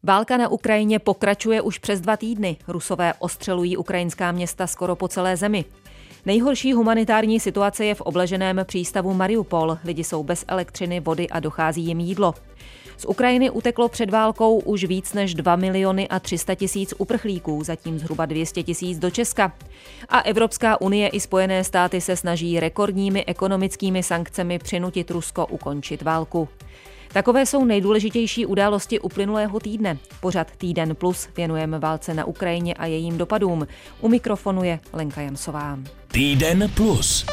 Válka na Ukrajině pokračuje už přes 2 týdny. Rusové ostřelují ukrajinská města skoro po celé zemi. Nejhorší humanitární situace je v obleženém přístavu Mariupol. Lidi jsou bez elektřiny, vody a dochází jim jídlo. Z Ukrajiny uteklo před válkou už víc než 2 300 000 uprchlíků, zatím zhruba 200 000 do Česka. A Evropská unie i Spojené státy se snaží rekordními ekonomickými sankcemi přinutit Rusko ukončit válku. Takové jsou nejdůležitější události uplynulého týdne. Pořad Týden plus věnujeme válce na Ukrajině a jejím dopadům. U mikrofonu je Lenka Jansová. Týden plus.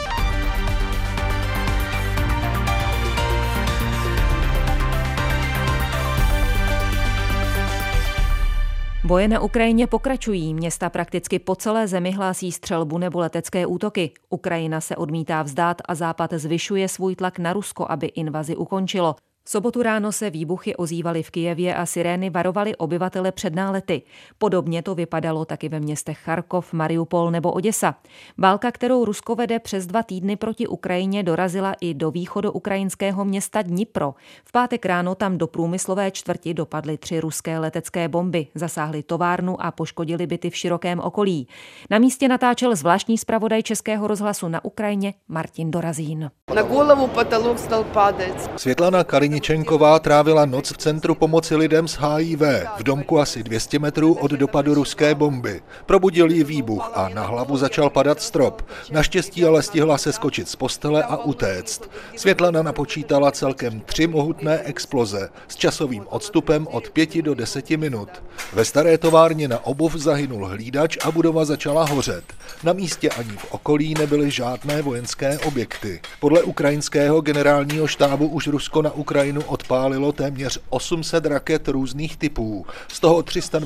Boje na Ukrajině pokračují. Města prakticky po celé zemi hlásí střelbu nebo letecké útoky. Ukrajina se odmítá vzdát a Západ zvyšuje svůj tlak na Rusko, aby invazi ukončilo. V sobotu ráno se výbuchy ozývaly v Kyjevě a sirény varovaly obyvatele před nálety. Podobně to vypadalo taky ve městech Charkov, Mariupol nebo Oděsa. Válka, kterou Rusko vede přes 2 týdny proti Ukrajině, dorazila i do východoukrajinského města Dnipro. V pátek ráno tam do průmyslové čtvrti dopadly 3 ruské letecké bomby, zasáhly továrnu a poškodily byty v širokém okolí. Na místě natáčel zvláštní zpravodaj Českého rozhlasu na Ukrajině Martin Dorazín. Na hlavu потолок стал падать. Světlana Kaliníčenková trávila noc v centru pomoci lidem s HIV, v domku asi 200 metrů od dopadu ruské bomby. Probudil ji výbuch a na hlavu začal padat strop. Naštěstí ale stihla se skočit z postele a utéct. Světlana napočítala celkem 3 mohutné exploze s časovým odstupem od 5 do 10 minut. Ve staré továrně na obuv zahynul hlídač a budova začala hořet. Na místě ani v okolí nebyly žádné vojenské objekty. Podle ukrajinského generálního štábu už Rusko na Ukrajinu odpálilo téměř 800 raket různých typů, z toho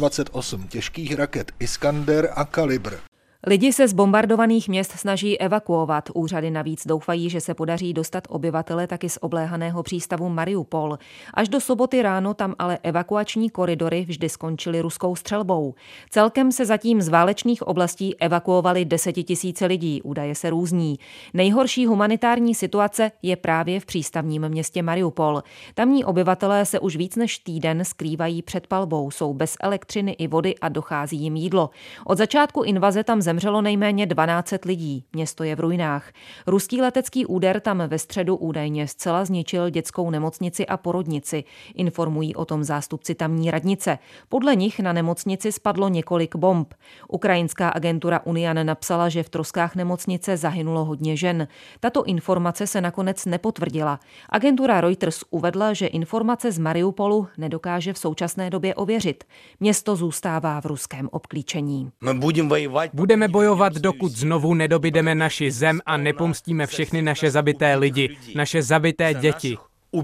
328 těžkých raket Iskander a Kalibr. Lidi se z bombardovaných měst snaží evakuovat. Úřady navíc doufají, že se podaří dostat obyvatele taky z obléhaného přístavu Mariupol. Až do soboty ráno tam ale evakuační koridory vždy skončily ruskou střelbou. Celkem se zatím z válečných oblastí evakuovali 10 000 lidí, údaje se různí. Nejhorší humanitární situace je právě v přístavním městě Mariupol. Tamní obyvatelé se už víc než týden skrývají před palbou, jsou bez elektřiny i vody a dochází jim jídlo. Od začátku invaze tam zemřelo nejméně 1200 lidí. Město je v ruinách. Ruský letecký úder tam ve středu údajně zcela zničil dětskou nemocnici a porodnici. Informují o tom zástupci tamní radnice. Podle nich na nemocnici spadlo několik bomb. Ukrajinská agentura Unian napsala, že v troskách nemocnice zahynulo hodně žen. Tato informace se nakonec nepotvrdila. Agentura Reuters uvedla, že informace z Mariupolu nedokáže v současné době ověřit. Město zůstává v ruském obklíčení. Budeme bojovat, dokud znovu nedobydeme naši zem a nepomstíme všechny naše zabité lidi, naše zabité děti.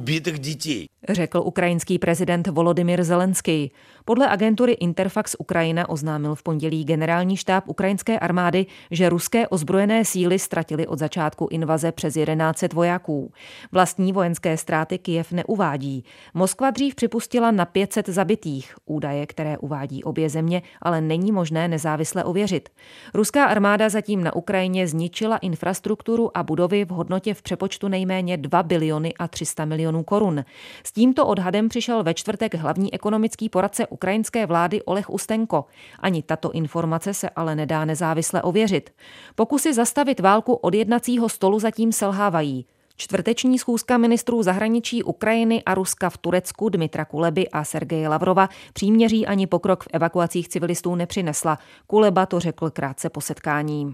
Řekl ukrajinský prezident Volodymyr Zelenský. Podle agentury Interfax Ukrajina oznámil v pondělí generální štáb ukrajinské armády, že ruské ozbrojené síly ztratily od začátku invaze přes 1100 vojáků. Vlastní vojenské ztráty Kyjev neuvádí. Moskva dřív připustila na 500 zabitých. Údaje, které uvádí obě země, ale není možné nezávisle ověřit. Ruská armáda zatím na Ukrajině zničila infrastrukturu a budovy v hodnotě v přepočtu nejméně 2 biliony a 300 milionů korun. S tímto odhadem přišel ve čtvrtek hlavní ekonomický poradce ukrajinské vlády Oleh Ustenko. Ani tato informace se ale nedá nezávisle ověřit. Pokusy zastavit válku od jednacího stolu zatím selhávají. Čtvrteční schůzka ministrů zahraničí Ukrajiny a Ruska v Turecku Dmytra Kuleby a Sergeje Lavrova příměří ani pokrok v evakuacích civilistů nepřinesla. Kuleba to řekl krátce po setkání.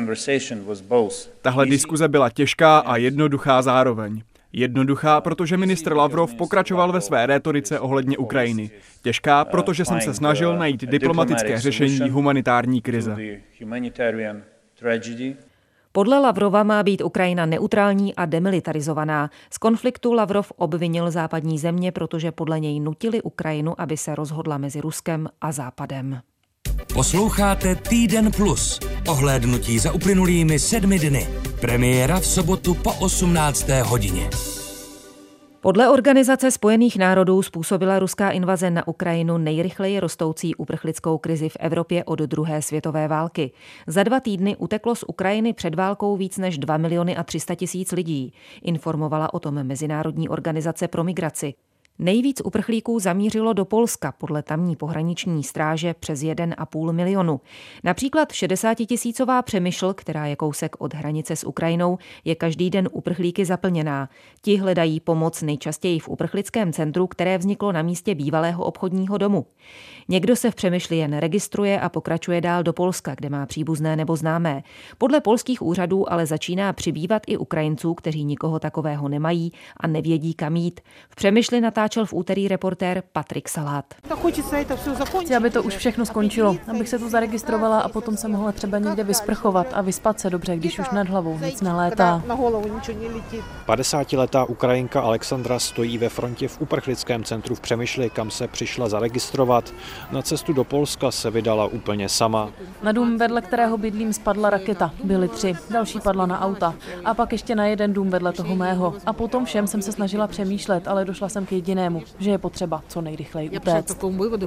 Tahle diskuze byla těžká a jednoduchá zároveň. Jednoduchá, protože ministr Lavrov pokračoval ve své rétorice ohledně Ukrajiny. Těžká, protože jsem se snažil najít diplomatické řešení humanitární krize. Podle Lavrova má být Ukrajina neutrální a demilitarizovaná. Z konfliktu Lavrov obvinil západní země, protože podle něj nutili Ukrajinu, aby se rozhodla mezi Ruskem a Západem. Posloucháte Týden plus. Ohlédnutí za uplynulými 7 dny. Premiéra v sobotu po 18. hodině. Podle Organizace spojených národů způsobila ruská invaze na Ukrajinu nejrychleji rostoucí uprchlickou krizi v Evropě od druhé světové války. Za 2 týdny uteklo z Ukrajiny před válkou víc než 2 300 000 lidí, informovala o tom Mezinárodní organizace pro migraci. Nejvíc uprchlíků zamířilo do Polska, podle tamní pohraniční stráže přes 1,5 milionu. Například 60-tisícová Přemyšl, která je kousek od hranice s Ukrajinou, je každý den uprchlíky zaplněná. Ti hledají pomoc nejčastěji v uprchlickém centru, které vzniklo na místě bývalého obchodního domu. Někdo se v Přemyšli jen registruje a pokračuje dál do Polska, kde má příbuzné nebo známé. Podle polských úřadů ale začíná přibývat i Ukrajinců, kteří nikoho takového nemají a nevědí, kam jít. V Přemyšli natáčel v úterý reportér Patrik Salát. Chci, aby to už všechno skončilo, abych se tu zaregistrovala a potom se mohla třeba někde vysprchovat a vyspat se dobře, když už nad hlavou nic nelétá. 50letá Ukrajinka Alexandra stojí ve frontě v uprchlickém centru v Přemyšli, kam se přišla zaregistrovat. Na cestu do Polska se vydala úplně sama. Na dům, vedle kterého bydlím, spadla raketa. Byly 3, další padla na auta. A pak ještě na jeden dům vedle toho mého. A potom všem jsem se snažila přemýšlet, ale došla jsem k jedinému, že je potřeba co nejrychleji utéct.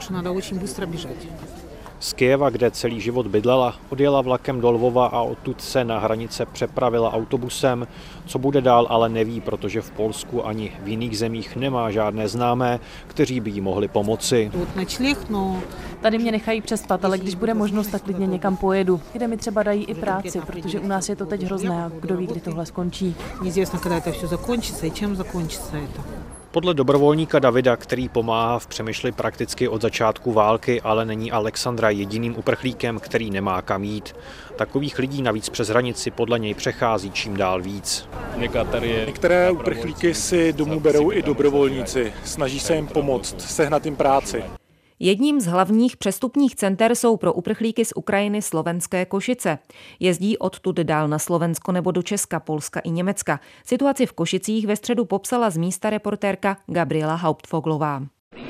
Z Kyjeva, kde celý život bydlela, odjela vlakem do Lvova a odtud se na hranice přepravila autobusem. Co bude dál, ale neví, protože v Polsku ani v jiných zemích nemá žádné známé, kteří by jí mohli pomoci. Tady mě nechají přespat, ale když bude možnost, tak klidně někam pojedu, kde mi třeba dají i práci, protože u nás je to teď hrozné a kdo ví, kdy tohle skončí. Podle dobrovolníka Davida, který pomáhá v Přemyšli prakticky od začátku války, ale není Alexandra jediným uprchlíkem, který nemá kam jít. Takových lidí navíc přes hranici podle něj přechází čím dál víc. Některé uprchlíky si domů berou i dobrovolníci, snaží se jim pomoct, sehnat jim práci. Jedním z hlavních přestupních center jsou pro uprchlíky z Ukrajiny slovenské Košice. Jezdí odtud dál na Slovensko nebo do Česka, Polska i Německa. Situaci v Košicích ve středu popsala z místa reportérka Gabriela Hauptfoglová.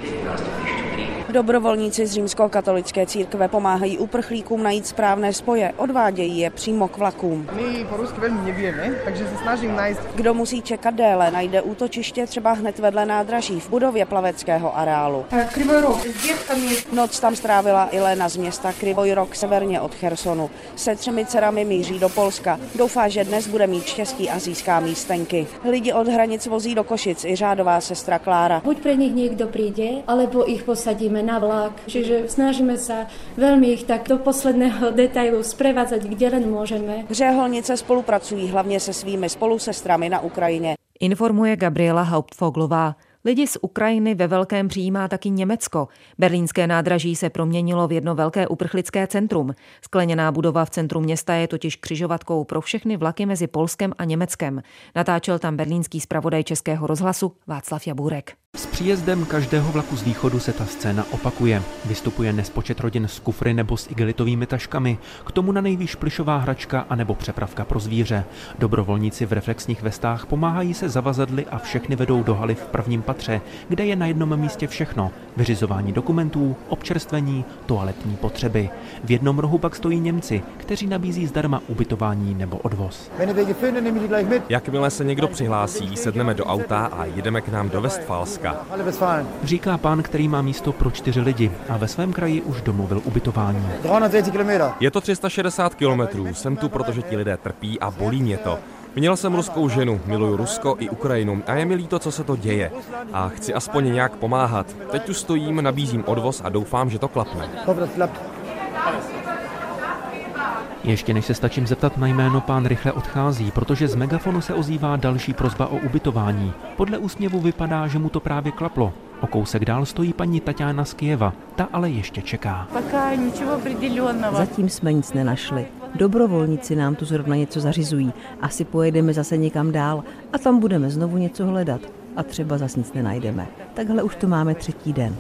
Dobrovolníci z římskokatolické církve pomáhají uprchlíkům najít správné spoje, odvádějí je přímo k vlakům. My po rusky velmi nevíme, takže se snažím najít. Kdo musí čekat déle, najde útočiště třeba hned vedle nádraží v budově plaveckého areálu. Noc tam strávila i Lena z města Kryvoj Rok severně od Chersonu. Se 3 dcerami míří do Polska. Doufá, že dnes bude mít štěstí a získá místenky. Lidi od hranic vozí do Košic i řádová sestra Klára. Buď pre nich niekto príde, alebo ich posadíme na vlak. Čiže snažíme sa veľmi ich tak do posledného detailu sprevádzať, kde len môžeme. Řeholnice spolupracují hlavně se svými spolusestrami na Ukrajině. Informuje Gabriela Hauptfoglová. Lidi z Ukrajiny ve velkém přijímá taky Německo. Berlínské nádraží se proměnilo v jedno velké uprchlické centrum. Skleněná budova v centru města je totiž křižovatkou pro všechny vlaky mezi Polskem a Německem. Natáčel tam berlínský zpravodaj Českého rozhlasu Václav Jabůrek. S příjezdem každého vlaku z východu se ta scéna opakuje. Vystupuje nespočet rodin s kufry nebo s igelitovými taškami, k tomu na nejvýš plyšová hračka anebo přepravka pro zvíře. Dobrovolníci v reflexních vestách pomáhají se zavazadly a všechny vedou do haly v prvním patře, kde je na jednom místě všechno. Vyřizování dokumentů, občerstvení, toaletní potřeby. V jednom rohu pak stojí Němci, kteří nabízí zdarma ubytování nebo odvoz. Jakmile se někdo přihlásí, sedneme do auta a jedeme k nám do Westfalska. Říká pán, který má místo pro 4 lidi a ve svém kraji už domluvil ubytování. Je to 360 kilometrů, jsem tu, protože ti lidé trpí a bolí mě to. Měl jsem ruskou ženu, miluju Rusko i Ukrajinu a je mi líto, co se to děje. A chci aspoň nějak pomáhat. Teď tu stojím, nabízím odvoz a doufám, že to klapne. Ještě než se stačím zeptat na jméno, pán rychle odchází, protože z megafonu se ozývá další prosba o ubytování. Podle úsměvu vypadá, že mu to právě klaplo. O kousek dál stojí paní Taťána z Kyjeva, ta ale ještě čeká. Zatím jsme nic nenašli. Dobrovolníci nám tu zrovna něco zařizují. Asi pojedeme zase někam dál a tam budeme znovu něco hledat. A třeba zas nic nenajdeme. Takhle už to máme 3. den.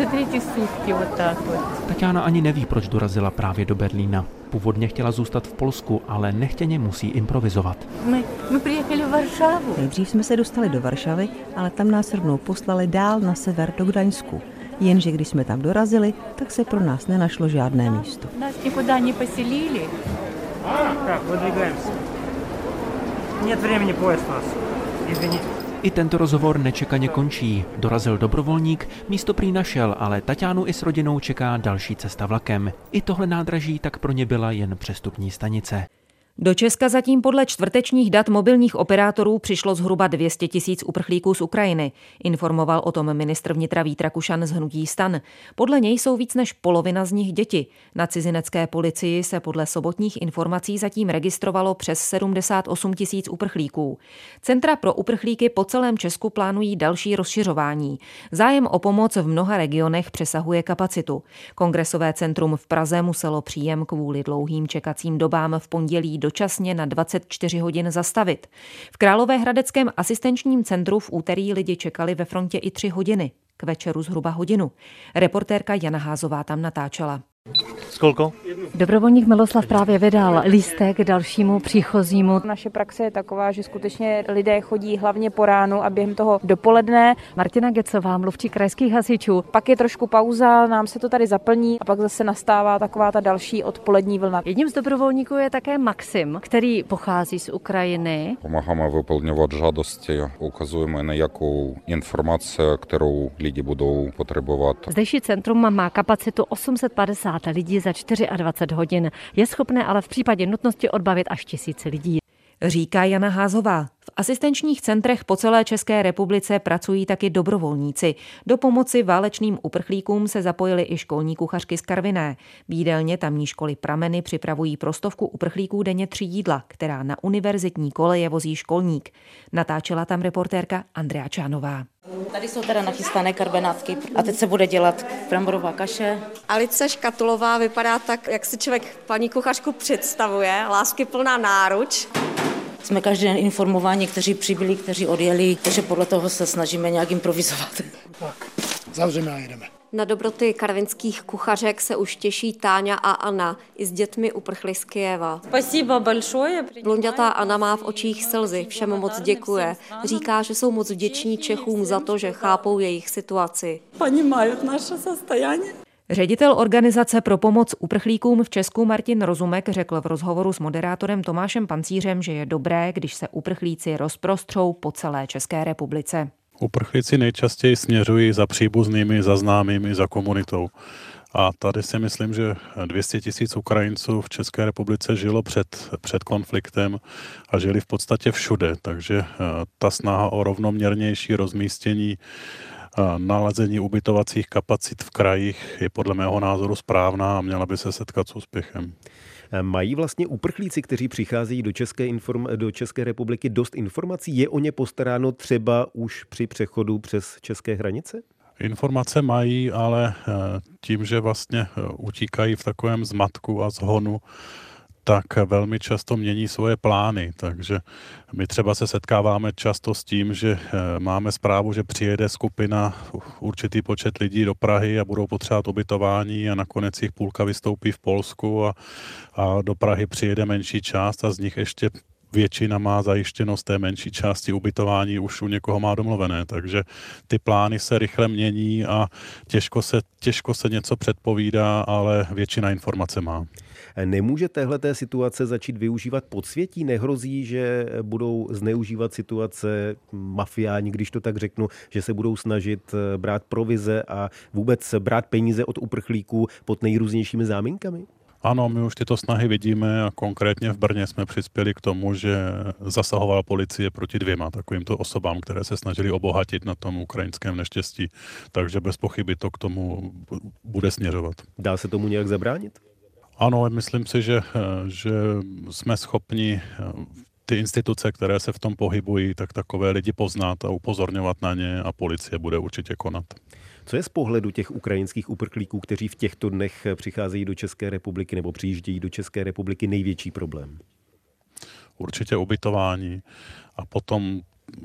Taťána ani neví, proč dorazila právě do Berlína. Původně chtěla zůstat v Polsku, ale nechtěně musí improvizovat. My přijeli v Varšavu. Nejdřív jsme se dostali do Varšavy, ale tam nás rovnou poslali dál na sever do Gdaňsku. Jenže když jsme tam dorazili, tak se pro nás nenašlo žádné místo. Nás nikуда neposelili. Tak, vydáváme. Нет времени поезд нас. Извините. I tento rozhovor nečekaně končí. Dorazil dobrovolník, místo prý našel, ale Taťánu i s rodinou čeká další cesta vlakem. I tohle nádraží tak pro ně byla jen přestupní stanice. Do Česka zatím podle čtvrtečních dat mobilních operátorů přišlo zhruba 200 000 uprchlíků z Ukrajiny. Informoval o tom ministr vnitra Vít Rakušan z hnutí STAN. Podle něj jsou víc než polovina z nich děti. Na cizinecké policii se podle sobotních informací zatím registrovalo přes 78 000 uprchlíků. Centra pro uprchlíky po celém Česku plánují další rozšiřování. Zájem o pomoc v mnoha regionech přesahuje kapacitu. Kongresové centrum v Praze muselo příjem kvůli dlouhým čekacím dobám v pondělí dočasně na 24 hodin zastavit. V Královéhradeckém asistenčním centru v úterý lidi čekali ve frontě i 3 hodiny. K večeru zhruba hodinu. Reportérka Jana Házová tam natáčela. Skolko? Dobrovolník Miloslav právě vydal lístek dalšímu příchozímu. Naše praxe je taková, že skutečně lidé chodí hlavně po ránu a během toho dopoledne. Martina Gecová, mluvčí krajských hasičů. Pak je trošku pauza, nám se to tady zaplní a pak zase nastává taková ta další odpolední vlna. Jedním z dobrovolníků je také Maxim, který pochází z Ukrajiny. Pomáháme vyplňovat žádosti, ukazujeme na jakou informaci, kterou lidi budou potřebovat. Zdejší centrum má kapacitu 850 lidí za 24 hodin. Je schopné ale v případě nutnosti odbavit až 1000 lidí. Říká Jana Házová. V asistenčních centrech po celé České republice pracují taky dobrovolníci. Do pomoci válečným uprchlíkům se zapojily i školní kuchařky z Karviné. V jídelně tamní školy Prameny připravují pro 100 uprchlíků denně 3 jídla, která na univerzitní koleje vozí školník. Natáčela tam reportérka Andrea Čánová. Tady jsou teda nachystané karbenátky a teď se bude dělat bramborová kaše. Alice Škatulová vypadá tak, jak si člověk paní kuchařku představuje, láskyplná náruč. Jsme každý den informováni, kteří přibyli, kteří odjeli, takže podle toho se snažíme nějak improvizovat. Tak, zavřeme a jedeme. Na dobroty karvinských kuchařek se už těší Táňa a Anna. I s dětmi uprchly z Kyjeva. Blonďatá Anna má v očích slzy, všem moc děkuje. Říká, že jsou moc vděční Čechům za to, že chápou jejich situaci. Ředitel organizace pro pomoc uprchlíkům v Česku Martin Rozumek řekl v rozhovoru s moderátorem Tomášem Pancířem, že je dobré, když se uprchlíci rozprostřou po celé České republice. Uprchlíci nejčastěji směřují za příbuznými, za známými, za komunitou. A tady si myslím, že 200 000 Ukrajinců v České republice žilo před konfliktem a žili v podstatě všude. Takže ta snaha o rovnoměrnější rozmístění, nalezení ubytovacích kapacit v krajích je podle mého názoru správná a měla by se setkat s úspěchem. Mají vlastně uprchlíci, kteří přicházejí do České republiky, dost informací? Je o ně postaráno třeba už při přechodu přes české hranice? Informace mají, ale tím, že vlastně utíkají v takovém zmatku a zhonu, tak velmi často mění svoje plány. Takže my třeba se setkáváme často s tím, že máme zprávu, že přijede skupina, určitý počet lidí do Prahy a budou potřebovat ubytování a nakonec jich půlka vystoupí v Polsku a do Prahy přijede menší část a z nich ještě většina má zajištěno z té menší části ubytování, už u někoho má domluvené, takže ty plány se rychle mění a těžko se něco předpovídá, ale většina informace má. Nemůže téhleté situace začít využívat podsvětí? Nehrozí, že budou zneužívat situace mafiáni, když to tak řeknu, že se budou snažit brát provize a vůbec brát peníze od uprchlíků pod nejrůznějšími záminkami? Ano, my už tyto snahy vidíme a konkrétně v Brně jsme přispěli k tomu, že zasahovala policie proti 2 takovýmto osobám, které se snažili obohatit na tom ukrajinském neštěstí, takže bez pochyby to k tomu bude směřovat. Dá se tomu nějak zabránit? Ano, myslím si, že jsme schopni ty instituce, které se v tom pohybují, tak takové lidi poznat a upozorňovat na ně a policie bude určitě konat. Co je z pohledu těch ukrajinských uprchlíků, kteří v těchto dnech přicházejí do České republiky nebo přijíždějí do České republiky, největší problém? Určitě ubytování a potom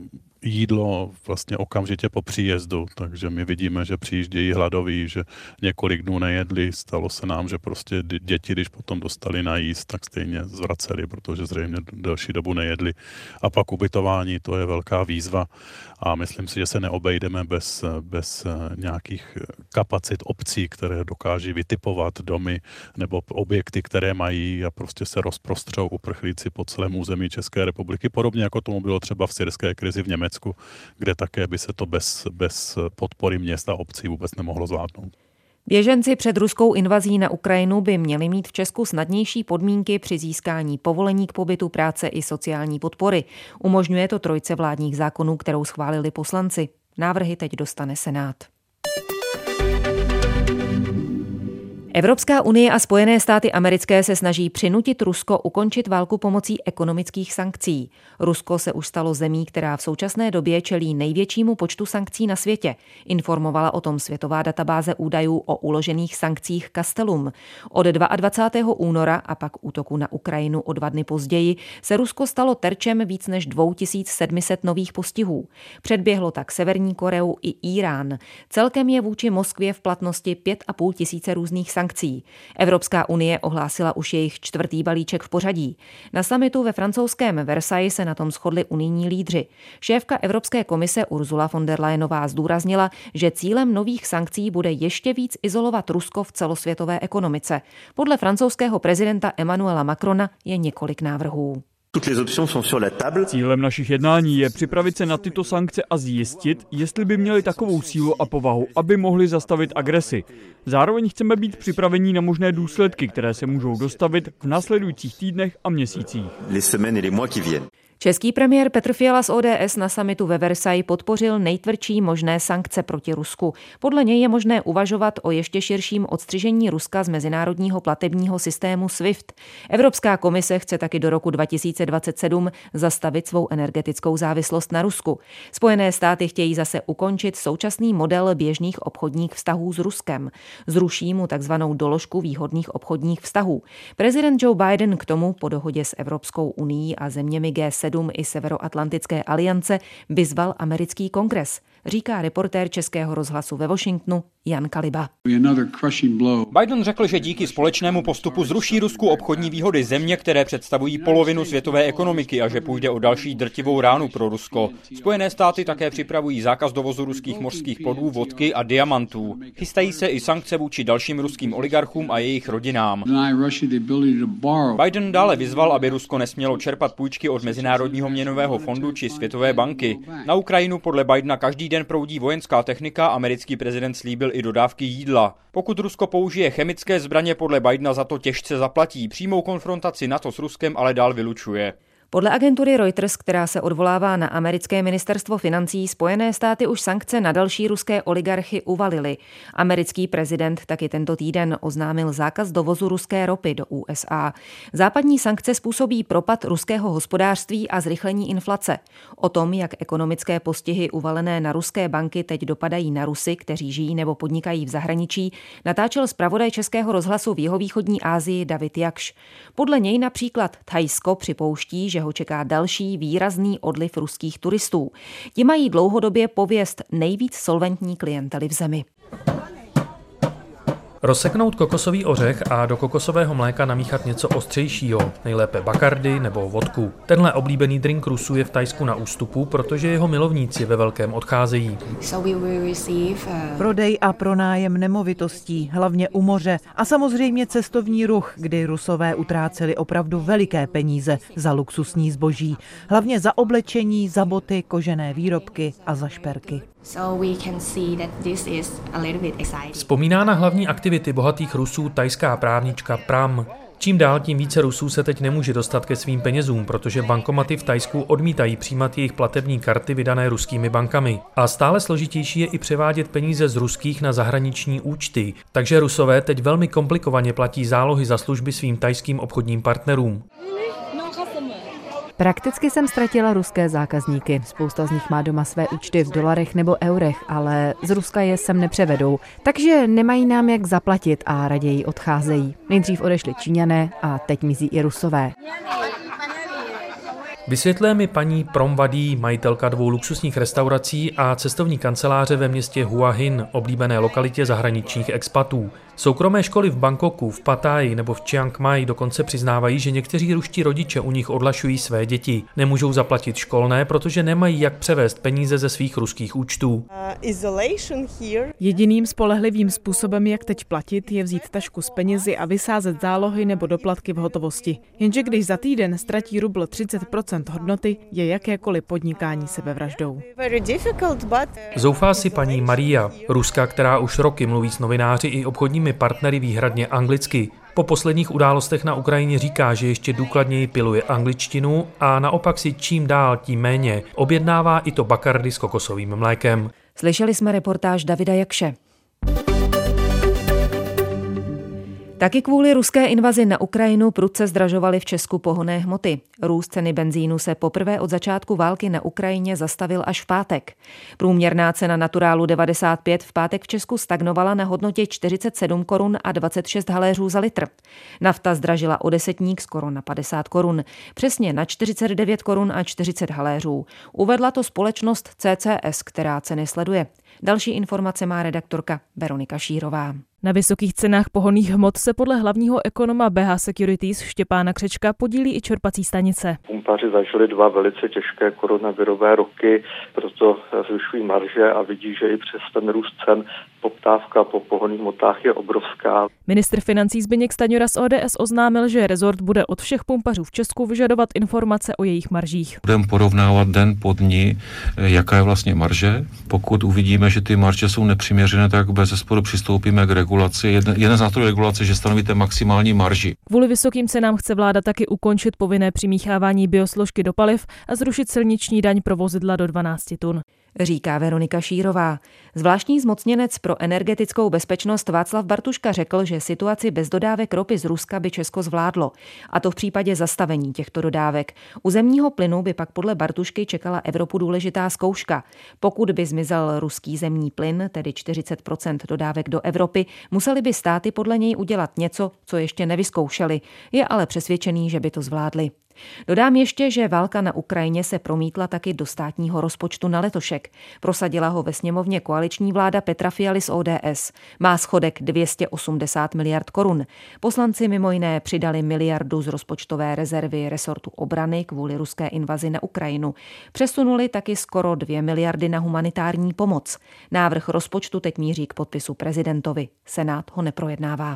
jídlo vlastně okamžitě po příjezdu, takže my vidíme, že přijíždějí hladoví, že několik dnů nejedli, stalo se nám, že prostě děti, když potom dostali najíst, tak stejně zvraceli, protože zřejmě delší dobu nejedli. A pak ubytování, to je velká výzva a myslím si, že se neobejdeme bez nějakých kapacit obcí, které dokáží vytipovat domy nebo objekty, které mají a prostě se rozprostřou uprchlíci po celém území České republiky, podobně jako tomu bylo třeba v syrské krizi v Německu, kde také by se to bez podpory měst a obcí vůbec nemohlo zvládnout. Běženci před ruskou invazí na Ukrajinu by měli mít v Česku snadnější podmínky při získání povolení k pobytu, práce i sociální podpory. Umožňuje to trojce vládních zákonů, kterou schválili poslanci. Návrhy teď dostane Senát. Evropská unie a Spojené státy americké se snaží přinutit Rusko ukončit válku pomocí ekonomických sankcí. Rusko se už stalo zemí, která v současné době čelí největšímu počtu sankcí na světě. Informovala o tom světová databáze údajů o uložených sankcích Castellum. Od 22. února a pak útoku na Ukrajinu o 2 dny později se Rusko stalo terčem víc než 2700 nových postihů. Předběhlo tak Severní Koreu i Írán. Celkem je vůči Moskvě v platnosti 5 500 různých sankcí. Evropská unie ohlásila už jejich 4. balíček v pořadí. Na summitu ve francouzském Versailles se na tom shodli unijní lídři. Šéfka Evropské komise Ursula von der Leyenová zdůraznila, že cílem nových sankcí bude ještě víc izolovat Rusko v celosvětové ekonomice. Podle francouzského prezidenta Emmanuela Macrona je několik návrhů. Cílem našich jednání je připravit se na tyto sankce a zjistit, jestli by měly takovou sílu a povahu, aby mohli zastavit agresi. Zároveň chceme být připraveni na možné důsledky, které se můžou dostavit v následujících týdnech a měsících. Český premiér Petr Fiala z ODS na summitu ve Versailles podpořil nejtvrdší možné sankce proti Rusku. Podle něj je možné uvažovat o ještě širším odstřižení Ruska z mezinárodního platebního systému SWIFT. Evropská komise chce taky do roku 2027 zastavit svou energetickou závislost na Rusku. Spojené státy chtějí zase ukončit současný model běžných obchodních vztahů s Ruskem. Zruší mu takzvanou doložku výhodných obchodních vztahů. Prezident Joe Biden k tomu po dohodě s Evropskou unií a zeměmi G7 i Severoatlantické aliance vyzval americký kongres, říká reportér Českého rozhlasu ve Washingtonu Jan Kaliba. Biden řekl, že díky společnému postupu zruší Rusku obchodní výhody země, které představují polovinu světové ekonomiky a že půjde o další drtivou ránu pro Rusko. Spojené státy také připravují zákaz dovozu ruských mořských plodů, vodky a diamantů. Chystají se i sankce vůči dalším ruským oligarchům a jejich rodinám. Biden dále vyzval, aby Rusko nesmělo čerpat půjčky od Mezinárodního měnového fondu či Světové banky. Na Ukrajinu podle Bidena každý den proudí vojenská technika, americký prezident slíbil i dodávky jídla. Pokud Rusko použije chemické zbraně, podle Bidena za to těžce zaplatí. Přímou konfrontaci NATO s Ruskem ale dál vylučuje. Podle agentury Reuters, která se odvolává na americké ministerstvo financí, Spojené státy už sankce na další ruské oligarchy uvalily. Americký prezident taky tento týden oznámil zákaz dovozu ruské ropy do USA. Západní sankce způsobí propad ruského hospodářství a zrychlení inflace. O tom, jak ekonomické postihy uvalené na ruské banky teď dopadají na Rusy, kteří žijí nebo podnikají v zahraničí, natáčel zpravodaj Českého rozhlasu v jihovýchodní Asii David Jakš. Podle něj například Thajsko připouští, že ho čeká další výrazný odliv ruských turistů. Ti mají dlouhodobě pověst nejvíc solventní klientely v zemi. Rozseknout kokosový ořech a do kokosového mléka namíchat něco ostřejšího, nejlépe bakardi nebo vodku. Tenhle oblíbený drink Rusů je v Thajsku na ústupu, protože jeho milovníci ve velkém odcházejí. Prodej a pronájem nemovitostí, hlavně u moře a samozřejmě cestovní ruch, kdy Rusové utráceli opravdu veliké peníze za luxusní zboží, hlavně za oblečení, za boty, kožené výrobky a za šperky. Vzpomíná na hlavní aktivity bohatých Rusů thajská právnička Pram. Čím dál, tím více Rusů se teď nemůže dostat ke svým penězům, protože bankomaty v Thajsku odmítají přijímat jejich platební karty vydané ruskými bankami. A stále složitější je i převádět peníze z ruských na zahraniční účty. Takže Rusové teď velmi komplikovaně platí zálohy za služby svým thajským obchodním partnerům. Prakticky jsem ztratila ruské zákazníky. Spousta z nich má doma své účty v dolarech nebo eurech, ale z Ruska je sem nepřevedou. Takže nemají nám jak zaplatit a raději odcházejí. Nejdřív odešli Číňané a teď mizí i Rusové. Vysvětluje mi paní Promvadí, majitelka 2 luxusních restaurací a cestovní kanceláře ve městě Hua Hin, oblíbené lokalitě zahraničních expatů. Soukromé školy v Bangkoku, v Pattaji nebo v Chiang Mai dokonce přiznávají, že někteří ruští rodiče u nich odhlašují své děti. Nemůžou zaplatit školné, protože nemají jak převést peníze ze svých ruských účtů. Jediným spolehlivým způsobem, jak teď platit, je vzít tašku s penězi a vysázet zálohy nebo doplatky v hotovosti. Jenže když za týden ztratí rubl 30% 10% hodnoty je jakékoliv podnikání sebevraždou. Zoufá si paní Maria, Ruska, která už roky mluví s novináři i obchodními partnery výhradně anglicky. Po posledních událostech na Ukrajině říká, že ještě důkladněji piluje angličtinu a naopak si čím dál tím méně objednává i to Bacardi s kokosovým mlékem. Slyšeli jsme reportáž Davida Jakše. Taky kvůli ruské invazi na Ukrajinu prudce zdražovaly v Česku pohonné hmoty. Růst ceny benzínu se poprvé od začátku války na Ukrajině zastavil až v pátek. Průměrná cena naturálu 95 v pátek v Česku stagnovala na hodnotě 47 korun a 26 haléřů za litr. Nafta zdražila o desetník skoro na 50 korun, přesně na 49 korun a 40 haléřů. Uvedla to společnost CCS, která ceny sleduje. Další informace má redaktorka Veronika Šírová. Na vysokých cenách pohonných hmot se podle hlavního ekonoma BH Securities Štěpána Křečka podílí i čerpací stanice. Pumpaři zažili 2 velice těžké koronavirové roky, proto zvyšují marže a vidí, že i přes ten růst cen poptávka po pohonných hmotách je obrovská. Ministr financí Zbyněk Stanjura z ODS oznámil, že rezort bude od všech pumpařů v Česku vyžadovat informace o jejich maržích. Budeme porovnávat den po dni, jaká je vlastně marže. Pokud uvidíme, že ty marže jsou nepřiměřené, tak bezesporu přistoupíme k regulaci. Jeden z nástrojů regulace, že stanovíte maximální marži. Kvůli vysokým cenám chce vláda taky ukončit povinné přimíchávání biosložky do paliv a zrušit silniční daň pro vozidla do 12 tun. Říká Veronika Šírová. Zvláštní zmocněnec pro energetickou bezpečnost Václav Bartuška řekl, že situaci bez dodávek ropy z Ruska by Česko zvládlo. A to v případě zastavení těchto dodávek. U zemního plynu by pak podle Bartušky čekala Evropu důležitá zkouška. Pokud by zmizel ruský zemní plyn, tedy 40% dodávek do Evropy, museli by státy podle něj udělat něco, co ještě nevyzkoušeli. Je ale přesvědčený, že by to zvládli. Dodám ještě, že válka na Ukrajině se promítla taky do státního rozpočtu na letošek. Prosadila ho ve sněmovně koaliční vláda Petra Fialy z ODS. Má schodek 280 miliard korun. Poslanci mimo jiné přidali miliardu z rozpočtové rezervy resortu obrany kvůli ruské invazi na Ukrajinu. Přesunuli taky skoro 2 miliardy na humanitární pomoc. Návrh rozpočtu teď míří k podpisu prezidentovi. Senát ho neprojednává.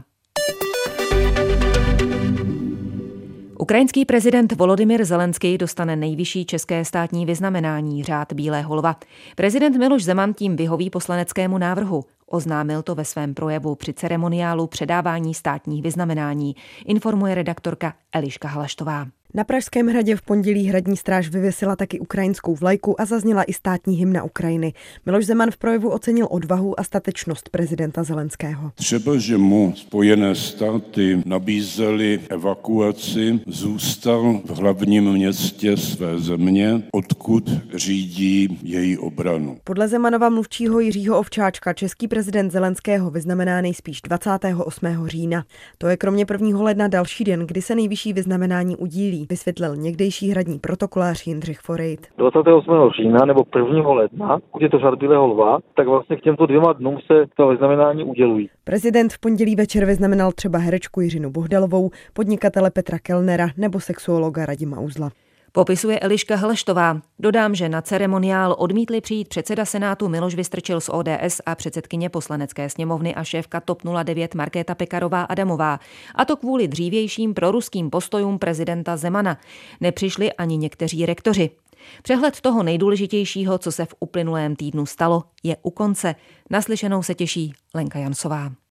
Ukrajinský prezident Volodymyr Zelenský dostane nejvyšší české státní vyznamenání Řád bílého lva. Prezident Miloš Zeman tím vyhoví poslaneckému návrhu. Oznámil to ve svém projevu při ceremoniálu předávání státních vyznamenání, informuje redaktorka Eliška Halaštová. Na Pražském hradě v pondělí hradní stráž vyvěsila taky ukrajinskou vlajku a zazněla i státní hymna Ukrajiny. Miloš Zeman v projevu ocenil odvahu a statečnost prezidenta Zelenského. Třeba, že mu Spojené státy nabízely evakuaci, zůstal v hlavním městě své země, odkud řídí její obranu. Podle Zemanova mluvčího Jiřího Ovčáčka český prezident Zelenského vyznamená nejspíš 28. října. To je kromě 1. ledna další den, kdy se nejvyšší vyznamenání udílí, vysvětlil někdejší hradní protokolář Jindřich Forejt. 28. října nebo 1. ledna, když je to Řád bílého lva, tak vlastně k těmto 2 dnům se to vyznamenání udělují. Prezident v pondělí večer vyznamenal třeba herečku Jiřinu Bohdalovou, podnikatele Petra Kellnera nebo sexuologa Radima Uzla. Popisuje Eliška Hleštová. Dodám, že na ceremoniál odmítli přijít předseda Senátu Miloš Vystrčil z ODS a předsedkyně Poslanecké sněmovny a šéfka TOP 09 Markéta Pekarová Adamová. A to kvůli dřívějším proruským postojům prezidenta Zemana. Nepřišli ani někteří rektoři. Přehled toho nejdůležitějšího, co se v uplynulém týdnu stalo, je u konce. Naslyšenou se těší Lenka Jansová.